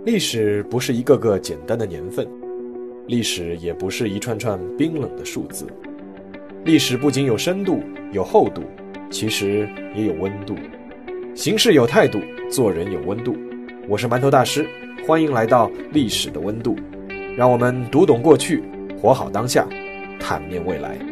历史不是一个个简单的年份，历史也不是一串串冰冷的数字。历史不仅有深度有厚度，其实也有温度。行事有态度，做人有温度。我是馒头大师，欢迎来到历史的温度，让我们读懂过去，活好当下，坦面未来。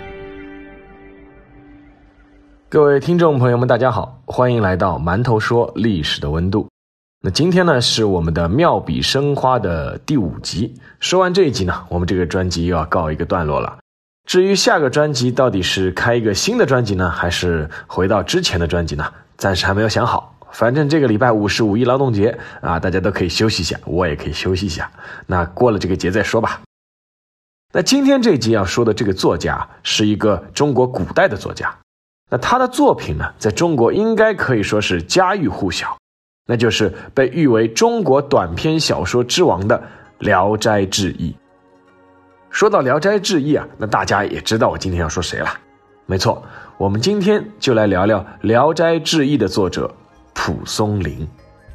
各位听众朋友们大家好，欢迎来到馒头说历史的温度。那今天呢是我们的妙笔生花的第5集，说完这一集呢，我们这个专辑又要告一个段落了。至于下个专辑到底是开一个新的专辑呢，还是回到之前的专辑呢，暂时还没有想好。反正这个礼拜5是5一劳动节啊，大家都可以休息一下，我也可以休息一下，那过了这个节再说吧。那今天这一集要说的这个作家是一个中国古代的作家，那他的作品呢，在中国应该可以说是家喻户晓，那就是被誉为中国短篇小说之王的《聊斋志异》。说到《聊斋志异》啊，那大家也知道我今天要说谁了。没错，我们今天就来聊聊《聊斋志异》的作者蒲松龄。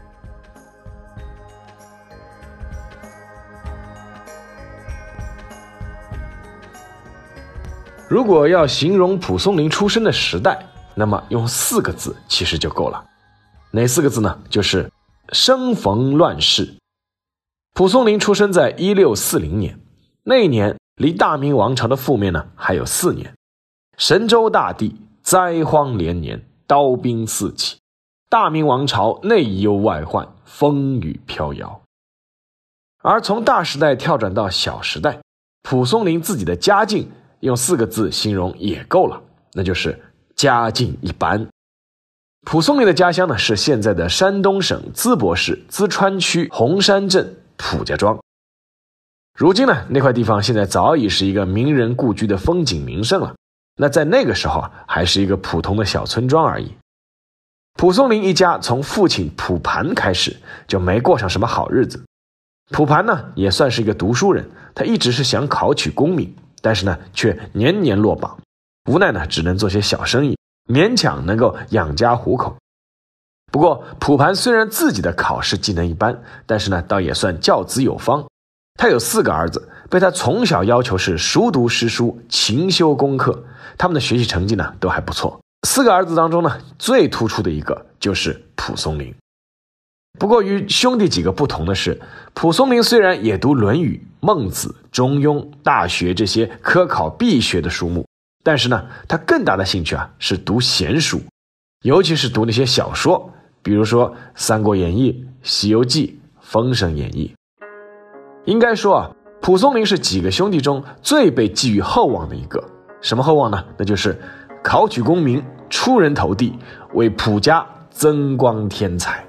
如果要形容蒲松龄出生的时代，那么用4个字其实就够了。哪4个字呢？就是生逢乱世。蒲松龄出生在1640年，那一年离大明王朝的覆灭呢还有4年。神州大地灾荒连年，刀兵四起，大明王朝内忧外患，风雨飘摇。而从大时代跳转到小时代，蒲松龄自己的家境用4个字形容也够了，那就是家境一般。蒲松龄的家乡呢是现在的山东省淄博市淄川区红山镇蒲家庄。如今呢，那块地方现在早已是一个名人故居的风景名胜了，那在那个时候还是一个普通的小村庄而已。蒲松龄一家从父亲蒲盘开始就没过上什么好日子。蒲盘呢也算是一个读书人，他一直是想考取功名，但是呢却年年落榜，无奈呢只能做些小生意，勉强能够养家糊口。不过蒲盘虽然自己的考试技能一般，但是呢倒也算教子有方。他有4个儿子，被他从小要求是熟读诗书，勤修功课，他们的学习成绩呢都还不错。4个儿子当中呢，最突出的一个就是蒲松龄。不过与兄弟几个不同的是，蒲松龄虽然也读《论语》、孟子、中庸、大学这些科考必学的书目，但是呢他更大的兴趣是读闲书，尤其是读那些小说，比如说《三国演义》、《西游记》、《封神演义》。应该说蒲松龄是几个兄弟中最被寄予厚望的一个。什么厚望呢？那就是考取功名，出人头地，为蒲家增光添彩。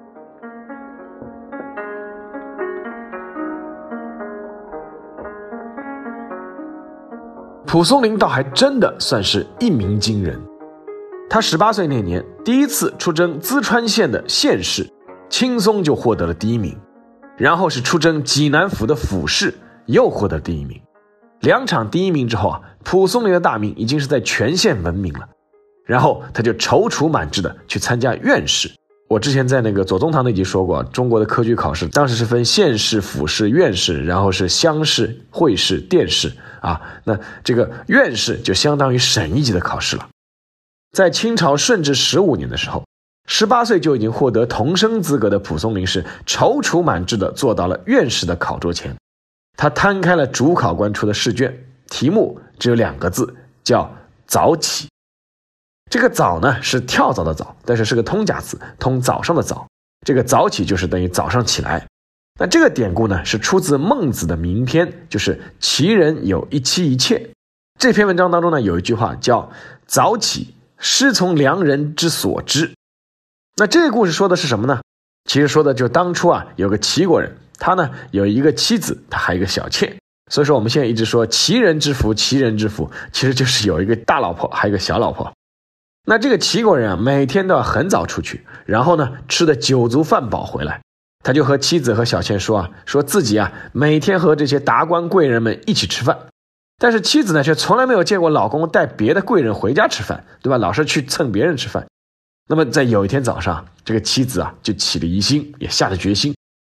蒲松龄倒还真的算是一鸣惊人。他18岁那年第一次出征淄川县的县试，轻松就获得了第1名，然后是出征济南府的府试，又获得第1名。2场第1名之后蒲松龄的大名已经是在全县闻名了。然后他就踌躇满志的去参加院试。我之前在那个左宗棠那集说过，中国的科举考试当时是分县试、府试、院试，然后是乡试、会试、殿试啊。那这个院试就相当于省1级的考试了。在清朝顺治15年的时候，18岁就已经获得童生资格的蒲松龄是踌躇满志的坐到了院试的考桌前。他摊开了主考官出的试卷，题目只有2个字，叫早起。这个早呢是跳蚤的早，但是是个通假词，通早上的早。这个早起就是等于早上起来。那这个典故呢是出自孟子的名篇，就是齐人有一妻一妾。这篇文章当中呢有一句话叫早起，师从良人之所知。那这个故事说的是什么呢？其实说的就当初有个齐国人，他呢有一个妻子，他还有一个小妾。所以说我们现在一直说齐人之福，齐人之福，其实就是有一个大老婆还有一个小老婆。那这个齐国人每天都要很早出去，然后呢吃的酒足饭饱回来，他就和妻子和小妾说自己每天和这些达官贵人们一起吃饭。但是妻子呢却从来没有见过老公带别的贵人回家吃饭，对吧？老是去蹭别人吃饭。那么在有一天早上，这个妻子就起了疑心，也下了决心，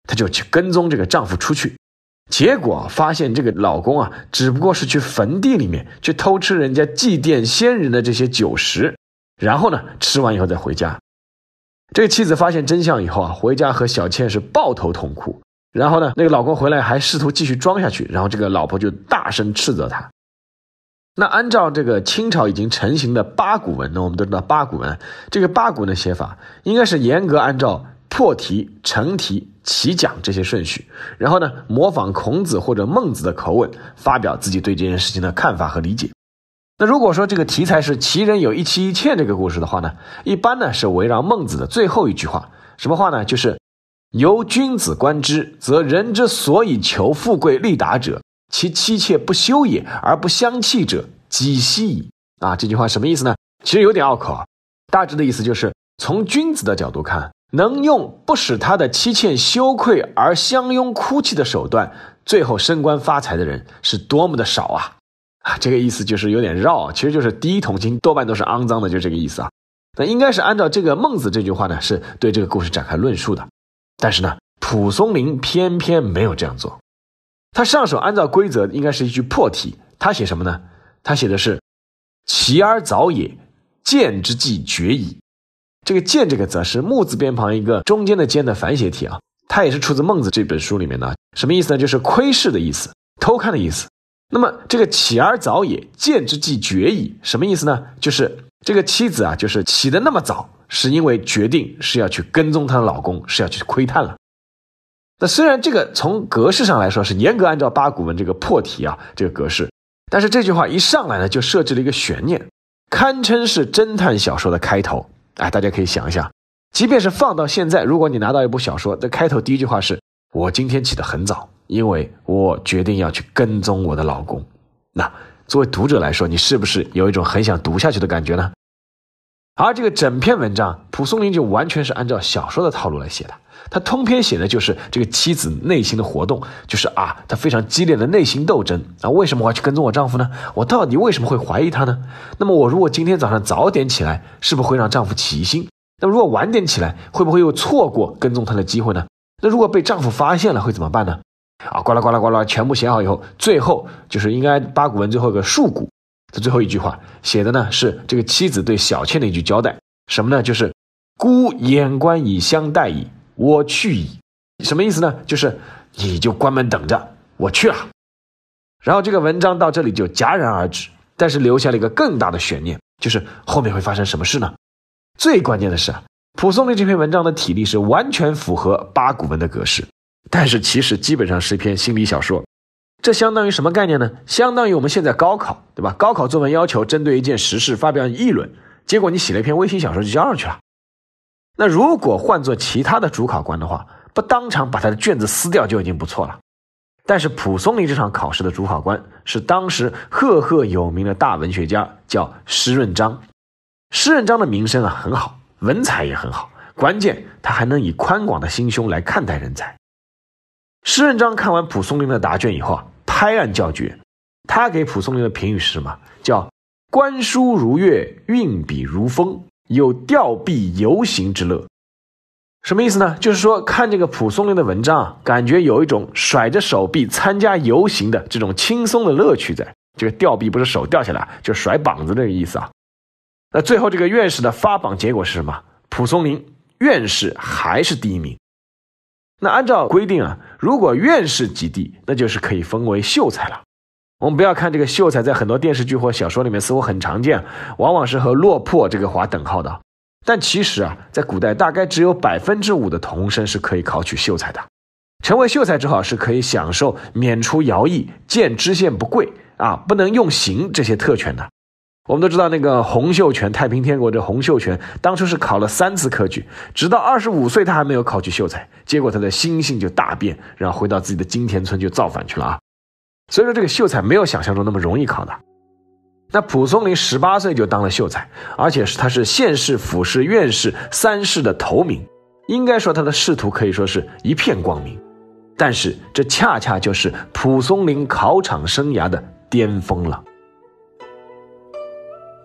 她就去跟踪这个丈夫出去，结果发现这个老公啊，只不过是去坟地里面去偷吃人家祭奠先人的这些酒食，然后呢，吃完以后再回家。这个妻子发现真相以后啊，回家和小倩是抱头痛哭。然后呢，那个老公回来还试图继续装下去，然后这个老婆就大声斥责他。那按照这个清朝已经成型的八股文呢，我们都知道八股文，这个八股的写法应该是严格按照破题、成题、起讲这些顺序，然后呢，模仿孔子或者孟子的口吻，发表自己对这件事情的看法和理解。那如果说这个题材是齐人有一妻一妾这个故事的话呢，一般呢是围绕孟子的最后一句话，什么话呢？就是由君子观之，则人之所以求富贵利达者，其妻妾不修也而不相弃者，几希矣。啊，这句话什么意思呢？其实有点拗口啊。大致的意思就是从君子的角度看，能用不使他的妻妾羞愧而相拥哭泣的手段，最后升官发财的人是多么的少啊！这个意思就是有点绕，其实就是第一桶金多半都是肮脏的，就这个意思啊。那应该是按照这个孟子这句话呢，是对这个故事展开论述的。但是呢，蒲松龄偏偏没有这样做。他上手按照规则应该是一句破题，他写什么呢？他写的是其而早也，见之计决矣。这个见这个字是木字边旁一个中间的间的反写体啊，它也是出自孟子这本书里面的。什么意思呢？就是窥视的意思，偷看的意思。那么这个起而早也，见之计决矣，什么意思呢？就是这个妻子啊，就是起得那么早，是因为决定是要去跟踪她的老公，是要去窥探了。那虽然这个从格式上来说是严格按照八股文这个破题啊这个格式，但是这句话一上来呢，就设置了一个悬念，堪称是侦探小说的开头。大家可以想一想，即便是放到现在，如果你拿到一部小说的开头第一句话是我今天起得很早，因为我决定要去跟踪我的老公，那作为读者来说，你是不是有一种很想读下去的感觉呢？而这个整篇文章蒲松龄就完全是按照小说的套路来写的，他通篇写的就是这个妻子内心的活动，就是他非常激烈的内心斗争为什么我要去跟踪我丈夫呢？我到底为什么会怀疑他呢？那么我如果今天早上早点起来，是不是会让丈夫起疑心？那如果晚点起来，会不会又错过跟踪他的机会呢？那如果被丈夫发现了会怎么办呢？呱啦呱啦呱啦全部写好以后，最后就是应该八股文最后一个述股的最后一句话写的呢是这个妻子对小倩的一句交代，什么呢？就是孤眼观以相待矣，我去矣。什么意思呢？就是你就关门等着，我去了。然后这个文章到这里就戛然而止，但是留下了一个更大的悬念，就是后面会发生什么事呢？最关键的是蒲松龄这篇文章的体例是完全符合八股文的格式，但是其实基本上是一篇心理小说。这相当于什么概念呢？相当于我们现在高考，对吧？高考作文要求针对一件时事发表议论，结果你写了一篇微型小说就交上去了。那如果换做其他的主考官的话，不当场把他的卷子撕掉就已经不错了。但是蒲松龄这场考试的主考官是当时赫赫有名的大文学家，叫施润章。施润章的名声很好，文采也很好，关键他还能以宽广的心胸来看待人才。施润章看完蒲松龄的答卷以后拍案叫绝，他给蒲松龄的评语是什么？叫观书如阅，运笔如风，有吊臂游行之乐。什么意思呢？就是说看这个蒲松龄的文章感觉有一种甩着手臂参加游行的这种轻松的乐趣在。这个吊臂不是手掉下来，就甩膀子这个意思啊。那最后这个院士的发榜结果是什么？蒲松龄院士还是第一名。那按照规定如果院士及第，那就是可以封为秀才了。我们不要看这个秀才在很多电视剧或小说里面似乎很常见，往往是和落魄这个划等号的。但其实在古代大概只有 5% 的童生是可以考取秀才的。成为秀才之后是可以享受免除徭役、见知县不贵不能用刑这些特权的。我们都知道那个洪秀全，太平天国这洪秀全当初是考了3次科举，直到25岁他还没有考取秀才，结果他的心性就大变，然后回到自己的金田村就造反去了所以说这个秀才没有想象中那么容易考的。那蒲松龄18岁就当了秀才，而且他是县试、府试、院试3试的头名，应该说他的仕途可以说是一片光明。但是这恰恰就是蒲松龄考场生涯的巅峰了。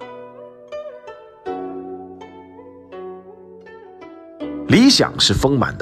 理想是丰满的，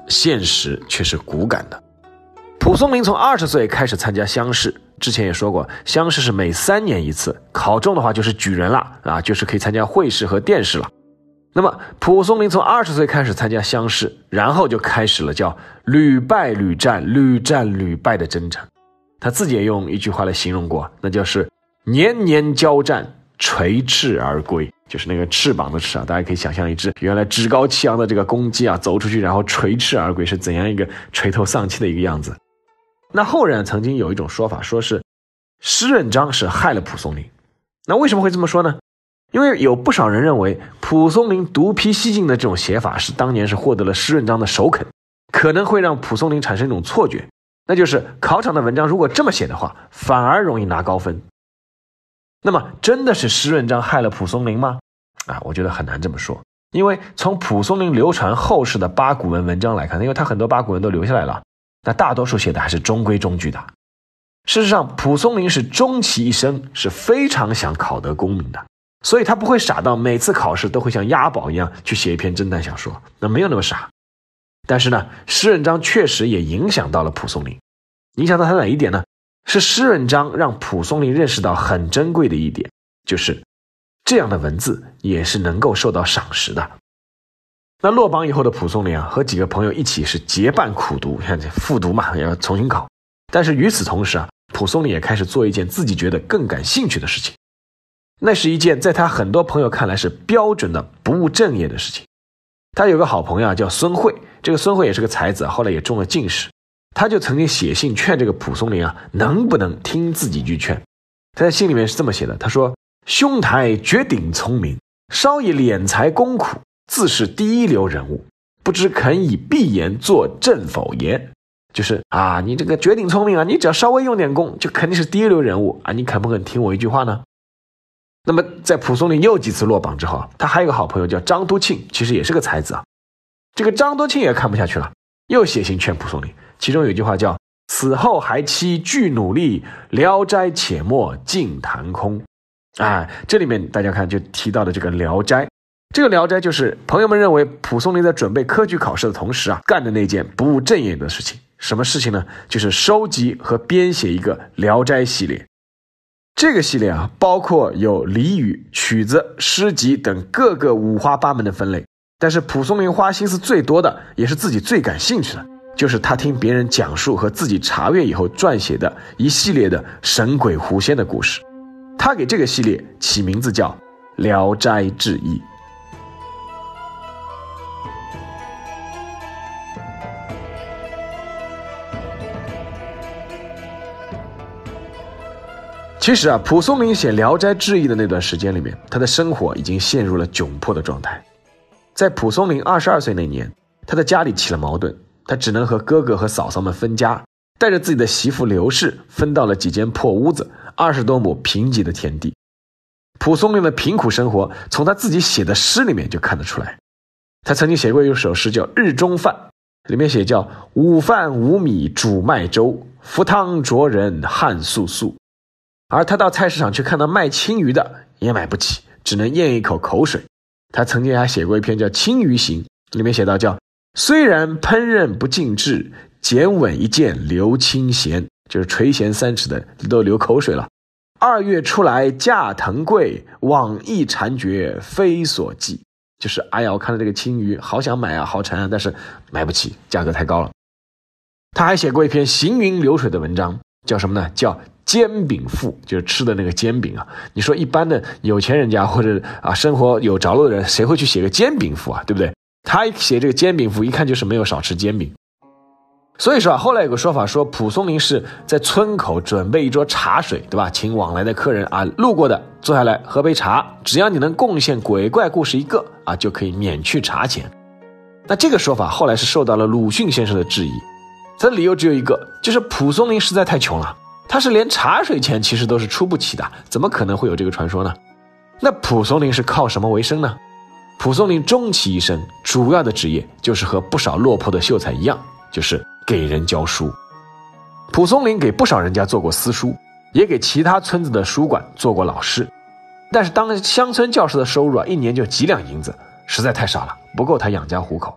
现实却是骨感的。蒲松龄从20岁开始参加乡试，之前也说过，乡试是每3年一次，考中的话就是举人了就是可以参加会试和殿试了。那么蒲松龄从20岁开始参加乡试，然后就开始了叫屡败屡战，屡战屡败的征程。他自己也用一句话来形容过，那就是年年交战，垂翅而归，就是那个翅膀的翅大家可以想象一只原来趾高气扬的这个公鸡走出去，然后垂翅而归，是怎样一个垂头丧气的一个样子。那后人曾经有一种说法，说是施润章是害了蒲松龄。那为什么会这么说呢？因为有不少人认为蒲松龄独辟蹊径的这种写法是当年是获得了施润章的首肯，可能会让蒲松龄产生一种错觉，那就是考场的文章如果这么写的话，反而容易拿高分。那么真的是施润章害了蒲松龄吗？我觉得很难这么说。因为从蒲松龄流传后世的八股文文章来看，因为他很多八股文都留下来了，那大多数写的还是中规中矩的。事实上蒲松龄是终其一生是非常想考得功名的，所以他不会傻到每次考试都会像押宝一样去写一篇侦探小说，那没有那么傻。但是呢，施润章确实也影响到了蒲松龄。影响到他哪一点呢？是施润章让蒲松龄认识到很珍贵的一点，就是这样的文字也是能够受到赏识的。那落榜以后的蒲松龄和几个朋友一起是结伴苦读，像复读嘛，也要重新考。但是与此同时蒲松龄也开始做一件自己觉得更感兴趣的事情，那是一件在他很多朋友看来是标准的不务正业的事情。他有个好朋友叫孙慧，这个孙慧也是个才子，后来也中了进士。他就曾经写信劝这个蒲松龄能不能听自己句劝。他在信里面是这么写的，他说：兄台绝顶聪明，稍以敛财功苦，自是第一流人物，不知肯以闭言作正否耶？就是你这个绝顶聪明你只要稍微用点功就肯定是第一流人物你肯不肯听我一句话呢？那么在蒲松龄又几次落榜之后他还有个好朋友叫张都庆，其实也是个才子这个张都庆也看不下去了，又写信劝蒲松龄，其中有一句话叫：此后还期俱努力，聊斋且莫尽谈空。这里面大家看就提到的这个聊斋，这个聊斋就是朋友们认为蒲松龄在准备科举考试的同时干的那件不务正业的事情。什么事情呢？就是收集和编写一个聊斋系列。这个系列包括有俚语、曲子、诗集等各个五花八门的分类，但是蒲松龄花心思最多的，也是自己最感兴趣的，就是他听别人讲述和自己查阅以后撰写的一系列的神鬼狐仙的故事。他给这个系列起名字叫《聊斋志异》。其实蒲松龄写《聊斋志异》的那段时间里面，他的生活已经陷入了窘迫的状态。在蒲松龄22岁那年，他的家里起了矛盾，他只能和哥哥和嫂嫂们分家，带着自己的媳妇刘氏分到了几间破屋子，20多亩贫瘠的田地。蒲松龄的贫苦生活从他自己写的诗里面就看得出来。他曾经写过一首诗叫《日中饭》，里面写叫午饭无米煮麦粥，服汤灼人汗素素。而他到菜市场去看到卖青鱼的也买不起，只能咽一口口水。他曾经还写过一篇叫《青鱼行》，里面写到叫虽然烹饪不尽致，剪吻一剑流清咸，就是垂涎3尺的都流口水了。2月出来价腾贵，往亦馋绝非所计。就是我看到这个青鱼好想买好馋但是买不起，价格太高了。他还写过一篇行云流水的文章，叫什么呢？叫煎饼赋，就是吃的那个煎饼你说一般的有钱人家或者生活有着落的人，谁会去写个煎饼赋对不对？他一写这个煎饼赋，一看就是没有少吃煎饼。所以说后来有个说法说，蒲松龄是在村口准备一桌茶水，对吧？请往来的客人路过的坐下来喝杯茶，只要你能贡献鬼怪故事一个就可以免去茶钱。那这个说法后来是受到了鲁迅先生的质疑，他的理由只有一个，就是蒲松龄实在太穷了，他是连茶水钱其实都是出不起的，怎么可能会有这个传说呢？那蒲松龄是靠什么为生呢？蒲松龄终其一生主要的职业就是和不少落魄的秀才一样，就是给人教书。蒲松龄给不少人家做过私塾，也给其他村子的书馆做过老师，但是当乡村教师的收入一年就几两银子，实在太少了，不够他养家糊口。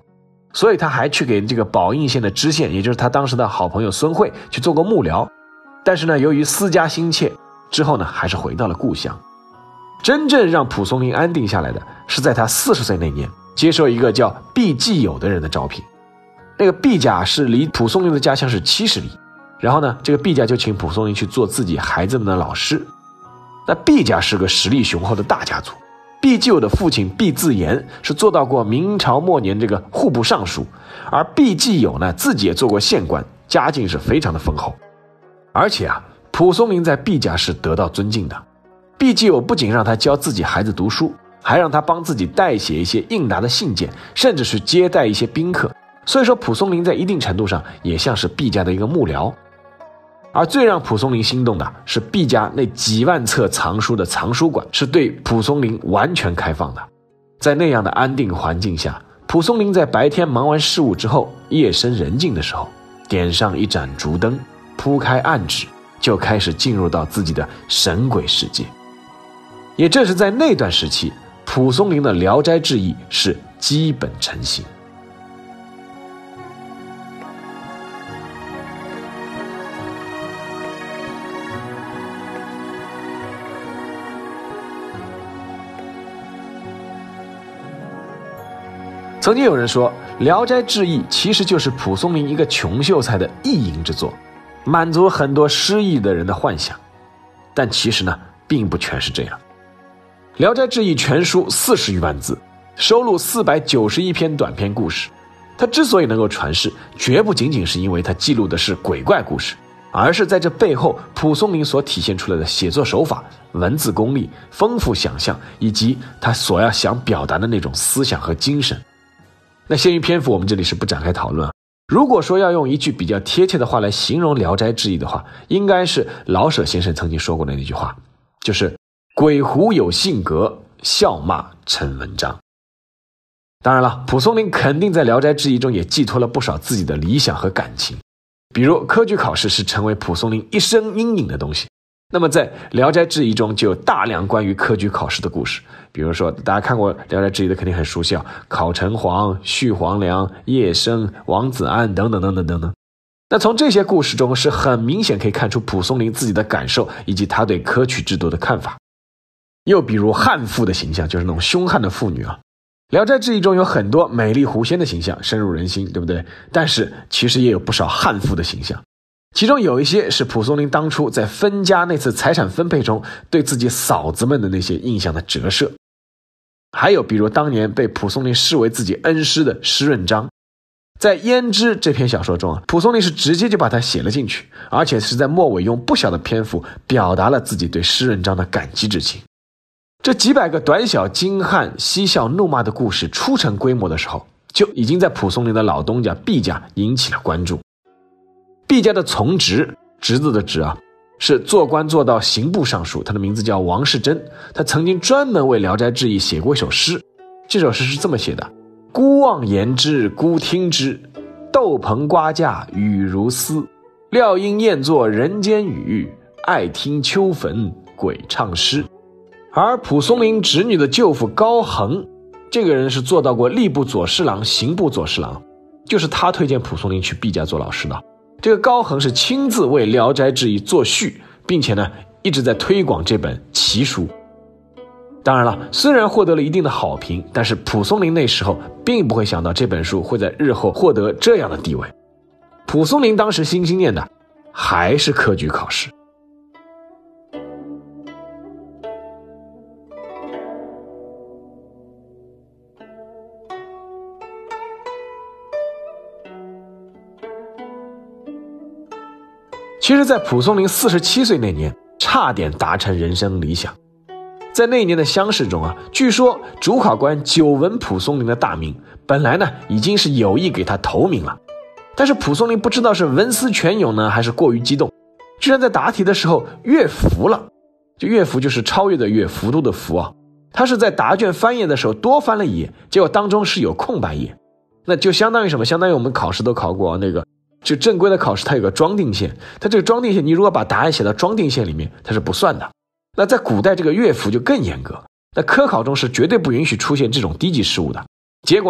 所以他还去给这个宝应县的知县，也就是他当时的好朋友孙慧去做过幕僚。但是呢，由于私家心切，之后呢还是回到了故乡。真正让蒲松龄安定下来的是在他40岁那年，接受一个叫毕继友的人的招聘。那个毕家是离蒲松龄的家乡是70里，然后呢，这个毕家就请蒲松龄去做自己孩子们的老师。那毕家是个实力雄厚的大家族，毕继友的父亲毕自严是做到过明朝末年这个户部尚书，而毕继友呢自己也做过县官，家境是非常的丰厚。而且啊，蒲松龄在毕家是得到尊敬的。毕继友不仅让他教自己孩子读书，还让他帮自己代写一些应答的信件，甚至是接待一些宾客。所以说蒲松龄在一定程度上也像是毕家的一个幕僚。而最让蒲松龄心动的是毕家那几万册藏书的藏书馆是对蒲松龄完全开放的。在那样的安定环境下，蒲松龄在白天忙完事务之后，夜深人静的时候，点上一盏烛灯，铺开案纸，就开始进入到自己的神鬼世界。也正是在那段时期，蒲松龄的《聊斋志异》是基本成型。曾经有人说，《聊斋志异》其实就是蒲松龄一个穷秀才的意淫之作，满足很多失意的人的幻想。但其实呢，并不全是这样。《聊斋志异》全书40余万字，收录491篇短篇故事。它之所以能够传世，绝不仅仅是因为它记录的是鬼怪故事，而是在这背后蒲松龄所体现出来的写作手法、文字功力、丰富想象，以及他所要想表达的那种思想和精神。那限于篇幅，我们这里是不展开讨论。如果说要用一句比较贴切的话来形容《聊斋志异》的话，应该是老舍先生曾经说过的那句话，就是鬼狐有性格，笑骂成文章。当然了，蒲松龄肯定在《聊斋志异》中也寄托了不少自己的理想和感情，比如科举考试是成为蒲松龄一生阴影的东西。那么在《聊斋志异》中就有大量关于科举考试的故事，比如说大家看过《聊斋志异》的肯定很熟悉啊，考城隍、续黄粱、叶生、王子安等等等等等等。那从这些故事中是很明显可以看出蒲松龄自己的感受以及他对科举制度的看法。又比如悍妇的形象，就是那种凶悍的妇女啊。《聊斋志异》中有很多美丽狐仙的形象，深入人心，对不对？但是其实也有不少悍妇的形象，其中有一些是蒲松龄当初在分家那次财产分配中对自己嫂子们的那些印象的折射。还有比如当年被蒲松龄视为自己恩师的施润章，在《胭脂》这篇小说中啊，蒲松龄是直接就把它写了进去，而且是在末尾用不小的篇幅表达了自己对施润章的感激之情。这几百个短小精悍、嬉笑怒骂的故事初成规模的时候，就已经在蒲松龄的老东家毕家引起了关注。毕家的从侄，侄子的侄啊，是做官做到刑部尚书，他的名字叫王世贞。他曾经专门为《聊斋志异》写过一首诗，这首诗是这么写的：孤望言之，孤听之，豆棚瓜架雨如丝，料应厌作人间语，爱听秋坟鬼唱诗。而蒲松龄侄女的舅父高恒，这个人是做到过吏部左侍郎、刑部左侍郎，就是他推荐蒲松龄去毕家做老师的。这个高恒是亲自为《聊斋志异》作序，并且呢一直在推广这本奇书。当然了，虽然获得了一定的好评，但是蒲松龄那时候并不会想到这本书会在日后获得这样的地位。蒲松龄当时心心念的还是科举考试。其实在蒲松龄47岁那年，差点达成人生理想。在那一年的乡试中啊，据说主考官久闻蒲松龄的大名，本来呢已经是有意给他投名了，但是蒲松龄不知道是文思泉涌呢，还是过于激动，居然在答题的时候乐服了。就乐服就是超越的乐，幅度的幅啊。他是在答卷翻页的时候多翻了一页，结果当中是有空白页。那就相当于什么？相当于我们考试都考过那个，就正规的考试它有个装订线，它这个装订线你如果把答案写到装订线里面，它是不算的。那在古代这个乐府就更严格，那科考中是绝对不允许出现这种低级失误的。结果呢，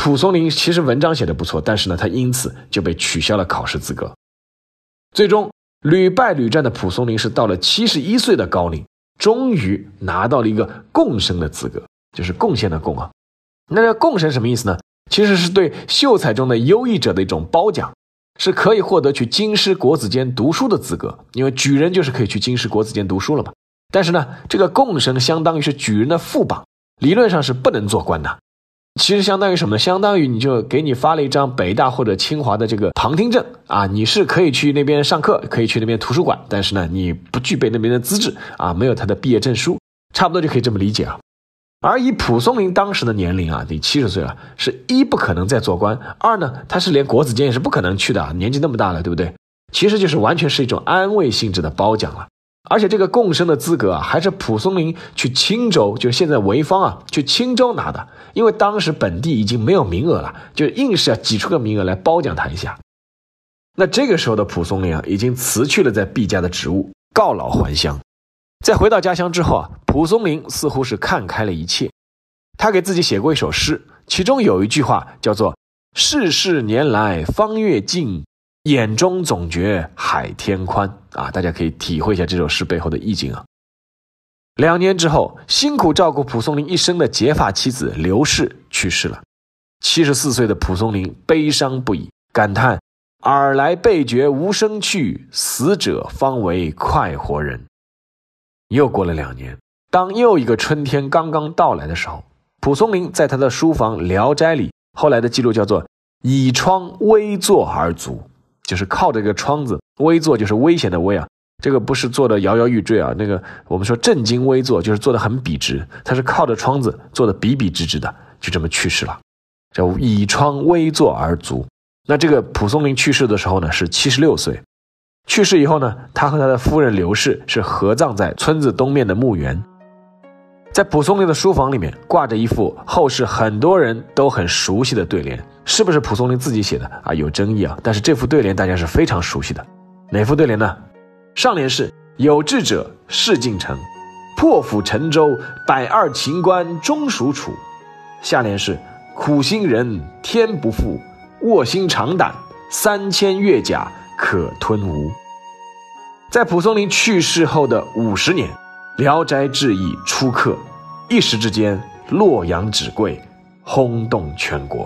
蒲松龄其实文章写得不错，但是呢，他因此就被取消了考试资格。最终屡败屡战的蒲松龄是到了71岁的高龄，终于拿到了一个贡生的资格，就是贡献的贡啊。那这贡生什么意思呢？其实是对秀才中的优异者的一种褒奖，是可以获得去京师国子监读书的资格，因为举人就是可以去京师国子监读书了嘛。但是呢，这个贡生相当于是举人的副榜，理论上是不能做官的。其实相当于什么呢？相当于你就给你发了一张北大或者清华的这个旁听证啊，你是可以去那边上课，可以去那边图书馆，但是呢，你不具备那边的资质啊，没有他的毕业证书，差不多就可以这么理解啊。而以蒲松龄当时的年龄啊，得70岁了，是一不可能再做官，二呢，他是连国子监也是不可能去的，年纪那么大了，对不对？其实就是完全是一种安慰性质的褒奖了。而且这个贡生的资格啊，还是蒲松龄去青州，就是现在潍坊啊，去青州拿的，因为当时本地已经没有名额了，就硬是要挤出个名额来褒奖他一下。那这个时候的蒲松龄啊，已经辞去了在毕家的职务，告老还乡。在回到家乡之后啊，蒲松龄似乎是看开了一切。他给自己写过一首诗，其中有一句话叫做“世事年来方月尽，眼中总觉海天宽”啊，大家可以体会一下这首诗背后的意境啊。2年之后，辛苦照顾蒲松龄一生的结发妻子刘氏去世了。74岁的蒲松龄悲伤不已，感叹尔来备觉无生趣，死者方为快活人。又过了2年，当又一个春天刚刚到来的时候，蒲松龄在他的书房《聊斋》里，后来的记录叫做倚窗微坐而足，就是靠着这个窗子，微坐就是危险的危啊，这个不是坐的摇摇欲坠啊，那个我们说正襟危坐就是坐的很笔直，他是靠着窗子坐的笔笔直直的，就这么去世了，叫倚窗微坐而足。那这个蒲松龄去世的时候呢，是76岁。去世以后呢，他和他的夫人刘氏是合葬在村子东面的墓园。在蒲松龄的书房里面挂着一副后世很多人都很熟悉的对联，是不是蒲松龄自己写的啊？有争议啊，但是这副对联大家是非常熟悉的。哪副对联呢？上联是有志者事竟成，破釜沉舟120秦关终属楚。下联是苦心人天不负，卧薪尝胆3000越甲可吞吴。在蒲松龄去世后的50年，《聊斋志异》出刻，一时之间洛阳纸贵，轰动全国。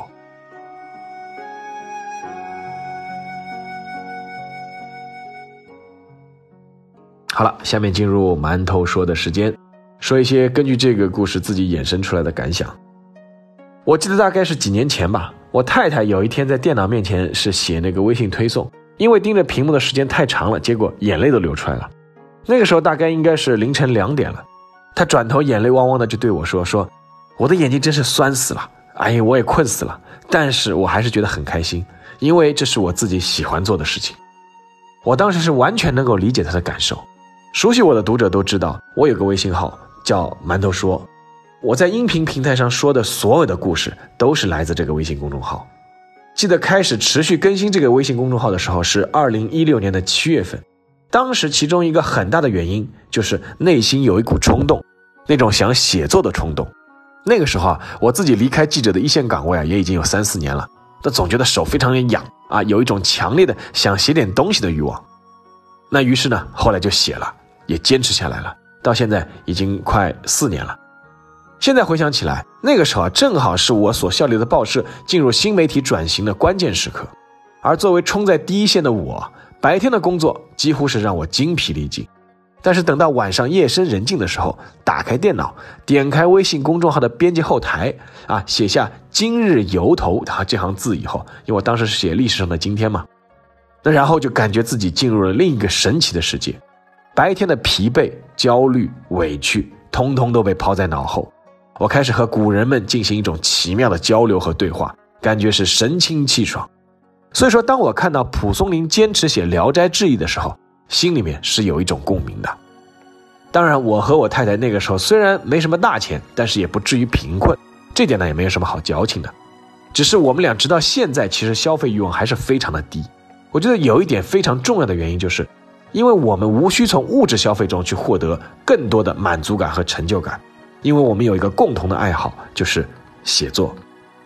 好了，下面进入馒头说的时间，说一些根据这个故事自己衍生出来的感想。我记得大概是几年前吧，我太太有一天在电脑面前是写那个微信推送，因为盯着屏幕的时间太长了，结果眼泪都流出来了。那个时候大概应该是凌晨2点了，她转头眼泪汪汪的就对我说我的眼睛真是酸死了，哎呀，我也困死了，但是我还是觉得很开心，因为这是我自己喜欢做的事情。我当时是完全能够理解她的感受。熟悉我的读者都知道，我有个微信号叫馒头说，我在音频平台上说的所有的故事都是来自这个微信公众号。记得开始持续更新这个微信公众号的时候是2016年的7月份，当时其中一个很大的原因就是内心有一股冲动，那种想写作的冲动。那个时候啊，我自己离开记者的一线岗位啊，也已经有3-4年了，但总觉得手非常的痒啊，有一种强烈的想写点东西的欲望。那于是呢，后来就写了，也坚持下来了，到现在已经快4年了。现在回想起来，那个时候啊，正好是我所效力的报社进入新媒体转型的关键时刻。而作为冲在第一线的我，白天的工作几乎是让我精疲力尽。但是等到晚上夜深人静的时候，打开电脑，点开微信公众号的编辑后台啊，写下今日由头这行字以后，因为我当时是写历史上的今天嘛，那然后就感觉自己进入了另一个神奇的世界。白天的疲惫、焦虑、委屈通通都被抛在脑后，我开始和古人们进行一种奇妙的交流和对话，感觉是神清气爽。所以说，当我看到蒲松龄坚持写《聊斋志异》的时候，心里面是有一种共鸣的。当然，我和我太太那个时候虽然没什么大钱，但是也不至于贫困，这点呢也没有什么好矫情的。只是我们俩直到现在，其实消费欲望还是非常的低。我觉得有一点非常重要的原因就是，因为我们无需从物质消费中去获得更多的满足感和成就感，因为我们有一个共同的爱好，就是写作。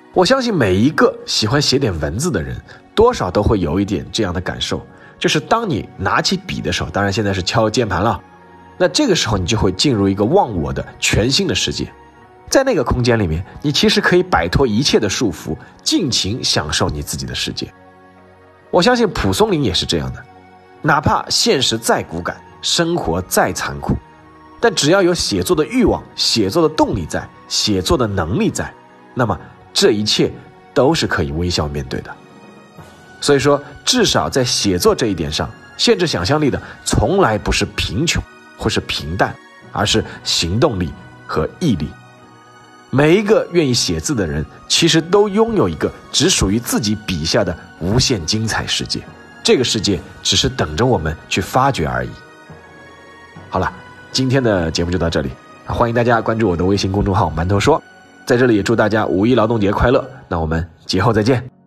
我相信每一个喜欢写点文字的人，多少都会有一点这样的感受，就是当你拿起笔的时候，当然现在是敲键盘了，那这个时候你就会进入一个忘我的全新的世界。在那个空间里面，你其实可以摆脱一切的束缚，尽情享受你自己的世界。我相信蒲松龄也是这样的，哪怕现实再骨感，生活再残酷，但只要有写作的欲望，写作的动力在，写作的能力在，那么这一切都是可以微笑面对的。所以说，至少在写作这一点上，限制想象力的从来不是贫穷或是平淡，而是行动力和毅力。每一个愿意写字的人，其实都拥有一个只属于自己笔下的无限精彩世界，这个世界只是等着我们去发掘而已。好了，今天的节目就到这里，欢迎大家关注我的微信公众号馒头说，在这里也祝大家五一劳动节快乐，那我们节后再见。